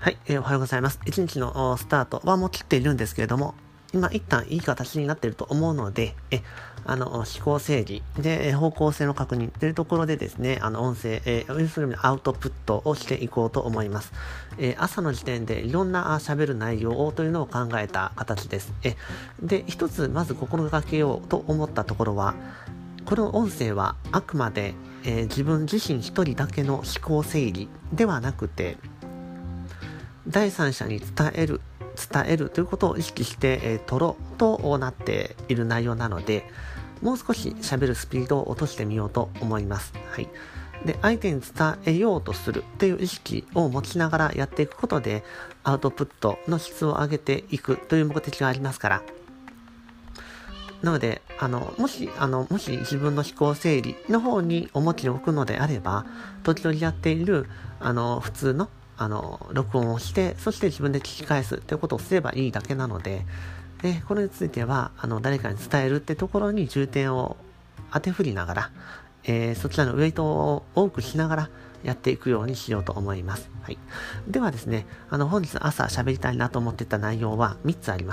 はい、おはようございます。一日のスタートはもう切っているんですけれども、今一旦いい形になっていると思うので、思考整理で、方向性の確認というところでですね、音声、要するにアウトプットをしていこうと思います。朝の時点でいろんな喋る内容をというのを考えた形です。で、一つまず心がけようと思ったところは、この音声はあくまで、自分自身一人だけの思考整理ではなくて、第三者に伝えるということを意識して、取ろうとなっている内容なので、もう少し喋るスピードを落としてみようと思います。はい。で、相手に伝えようとするという意識を持ちながらやっていくことで、アウトプットの質を上げていくという目的がありますから。なので、もし自分の思考整理の方に重きを置くのであれば、時々やっている、普通の録音をして、そして自分で聞き返すということをすればいいだけなので、これについては、誰かに伝えるってところに重点を当て振りながら、そちらのウェイトを多くしながらやっていくようにしようと思います。はい。ではですね、本日朝喋りたいなと思っていた内容は3つあります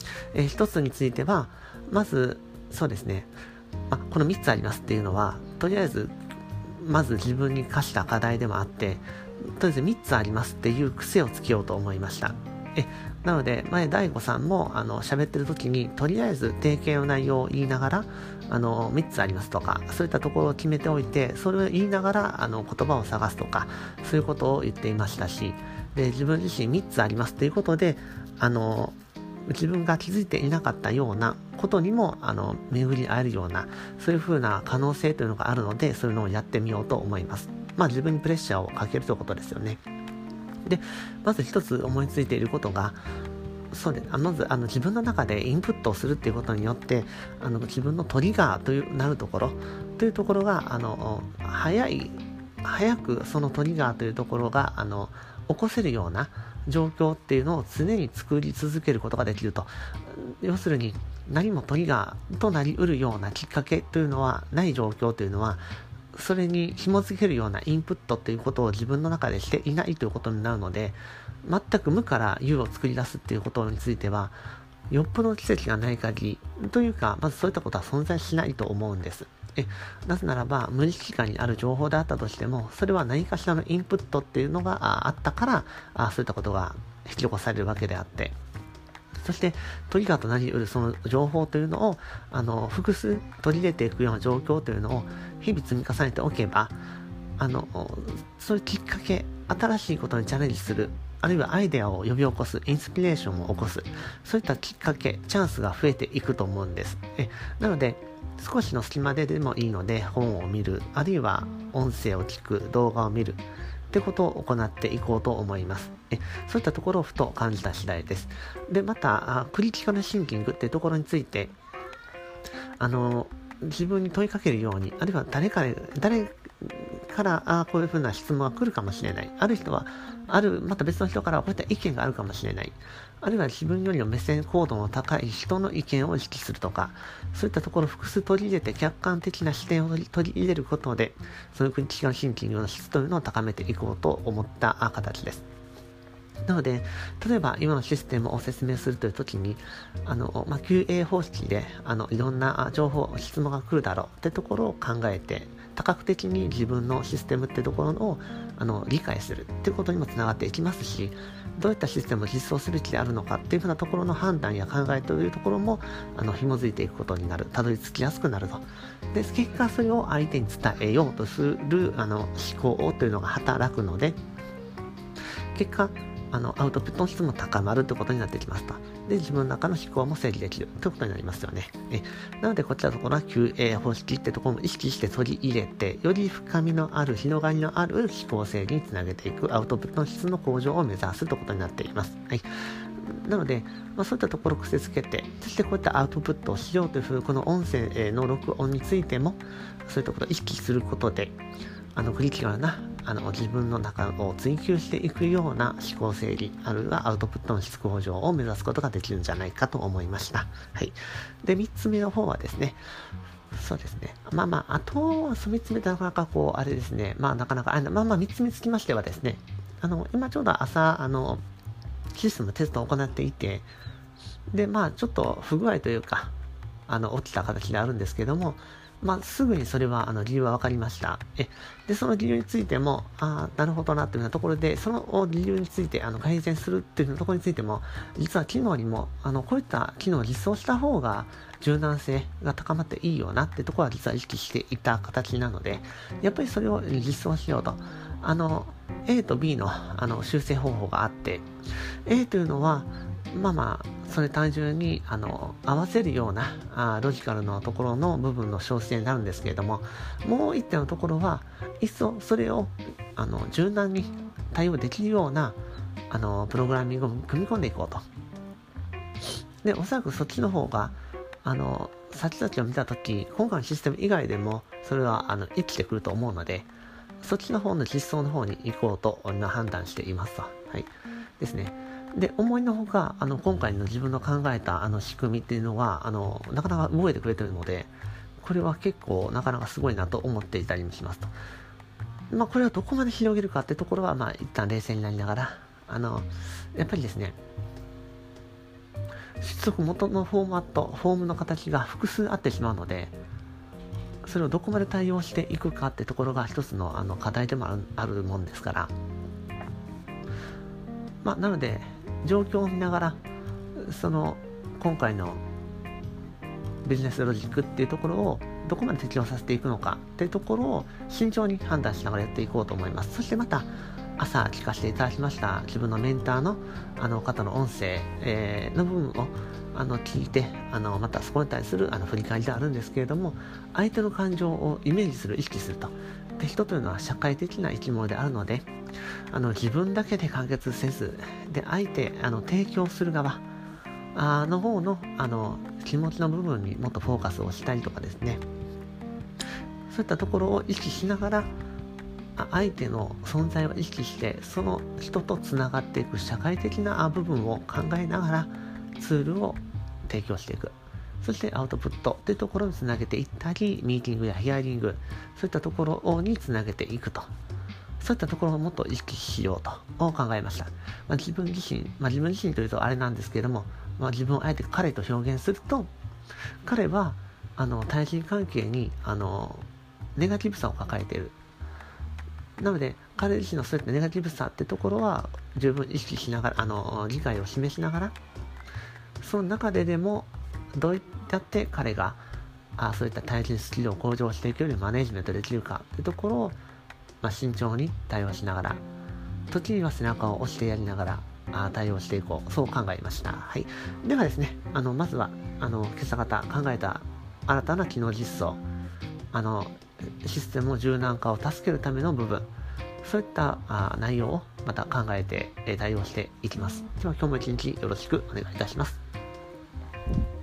。1つについては、まず、そうですね、この3つありますっていうのは、とりあえず、まず自分に課した課題でもあって、とりあえず3つありますっていう癖をつけようと思いました。なので、前、大悟さんも、喋ってる時に、とりあえず、定型の内容を言いながら、3つありますとか、そういったところを決めておいて、それを言いながら、言葉を探すとか、そういうことを言っていましたし、で、自分自身3つありますということで、自分が気づいていなかったようなことにも、巡り合えるような、そういう風な可能性というのがあるので、そういうのをやってみようと思います。自分にプレッシャーをかけるということですよね。で、まず一つ思いついていることが、そうで、まず自分の中でインプットをするっていうことによって、自分のトリガーというなるところが、早くそのトリガーというところが、起こせるような状況っていうのを常に作り続けることができると。要するに、何もトリガーとなり得るようなきっかけというのはない状況というのは、それに紐付けるようなインプットということを自分の中でしていないということになるので、全く無から有を作り出すっていうことについては、よっぽどの奇跡がない限り、というか、まずそういったことは存在しないと思うんです。なぜならば、無意識下にある情報であったとしても、それは何かしらのインプットっていうのがあったから、そういったことが引き起こされるわけであって、そして、トリガーとなり得るその情報というのを、複数取り入れていくような状況というのを日々積み重ねておけば、そういうきっかけ、新しいことにチャレンジする、あるいはアイデアを呼び起こす、インスピレーションを起こす、そういったきっかけ、チャンスが増えていくと思うんです。なので、少しの隙間でもいいので、本を見る、あるいは音声を聞く、動画を見る、ってことを行っていこうと思います。そういったところをふと感じた次第です。で、また、クリティカルシンキングっていうところについて、自分に問いかけるように、あるいは誰からこういうふうな質問が来るかもしれない。ある人は、また別の人からこういった意見があるかもしれない。あるいは自分よりも目線高度の高い人の意見を意識するとか、そういったところを複数取り入れて客観的な視点を取り入れることで、そのクリティカルシンキングの質というのを高めていこうと思った形です。なので、例えば今のシステムを説明するというときに、QA 方式で、いろんな情報、質問が来るだろうってところを考えて、多角的に自分のシステムってところを、理解するっていうことにもつながっていきますし、どういったシステムを実装すべきであるのかっていうふうなところの判断や考えというところも、紐づいていくことになる、たどり着きやすくなると。で、結果それを相手に伝えようとする、思考というのが働くので、結果、アウトプットの質も高まるということになってきますと。で、自分の中の思考も整理できるということになりますよね。なので、こちらのところは QA 方式ってところも意識して取り入れて、より深みのある、広がりのある思考整理につなげていくアウトプットの質の向上を目指すということになっています。はい。なので、そういったところを癖つけて、そしてこういったアウトプットをしようというこの音声の録音についても、そういったことを意識することで、クリティカルな自分の中を追求していくような思考整理、あるいはアウトプットの質向上を目指すことができるんじゃないかと思いました。はい。で、3つ目の方はですね、そうですね。あとは、3つ目ってなかなかあれですね。なかなか、3つ目につきましてはですね、 今ちょうど朝、システムテストを行っていて、で、ちょっと不具合というか、起きた形であるんですけども、すぐにそれは、理由は分かりました。で、その理由についても、なるほどな、というようなところで、その理由について、改善するっていうところについても、実は機能にも、こういった機能を実装した方が、柔軟性が高まっていいよなってところは実は意識していた形なので、やっぱりそれを実装しようと。A と B の、修正方法があって、A というのは、それ単純に合わせるようなロジカルのところの部分の小数になるんですけれども、もう一点のところは一層それを柔軟に対応できるようなプログラミングを組み込んでいこうと。で、おそらくそっちの方が先々を見たとき、今回のシステム以外でもそれは生きてくると思うので、そっちの方の実装の方に行こうと今判断していますと。はいですね。で、思いのほか、今回の自分の考えた仕組みっていうのは、なかなか動いてくれてるので、これは結構なかなかすごいなと思っていたりもしますと。これをどこまで広げるかってところは、一旦冷静になりながら、やっぱりですね、出力元のフォームの形が複数あってしまうので、それをどこまで対応していくかってところが一つの課題でもあるもんですから、なので、状況を見ながら、今回のビジネスロジックっていうところをどこまで適用させていくのかっていうところを慎重に判断しながらやっていこうと思います。そしてまた、朝聞かせていただきました自分のメンターの方の音声、の部分を聞いてまたそこに対する振り返りであるんですけれども、相手の感情をイメージする、意識すると。で、人というのは社会的な生き物であるので、自分だけで完結せず、で、相手提供する側の方の気持ちの部分にもっとフォーカスをしたりとかですね、そういったところを意識しながら、相手の存在を意識してその人とつながっていく社会的な部分を考えながらツールを提供していく。そしてアウトプットというところにつなげていったり、ミーティングやヒアリング、そういったところにつなげていくと。そういったところをもっと意識しようと考えました。自分自身というとあれなんですけれども、自分をあえて彼と表現すると、彼は対人関係にネガティブさを抱えている。なので彼自身のそういったネガティブさってところは十分意識しながら理解を示しながら、その中ででもどうやって彼がそういった対人スキルを向上していくようにマネジメントできるかってところを、慎重に対応しながら、時には背中を押してやりながら対応していこう、そう考えました。はい。ではですね、まずは今朝方考えた新たな機能実装、システムの柔軟化を助けるための部分、そういった内容をまた考えて対応していきます。では今日も一日よろしくお願いいたします。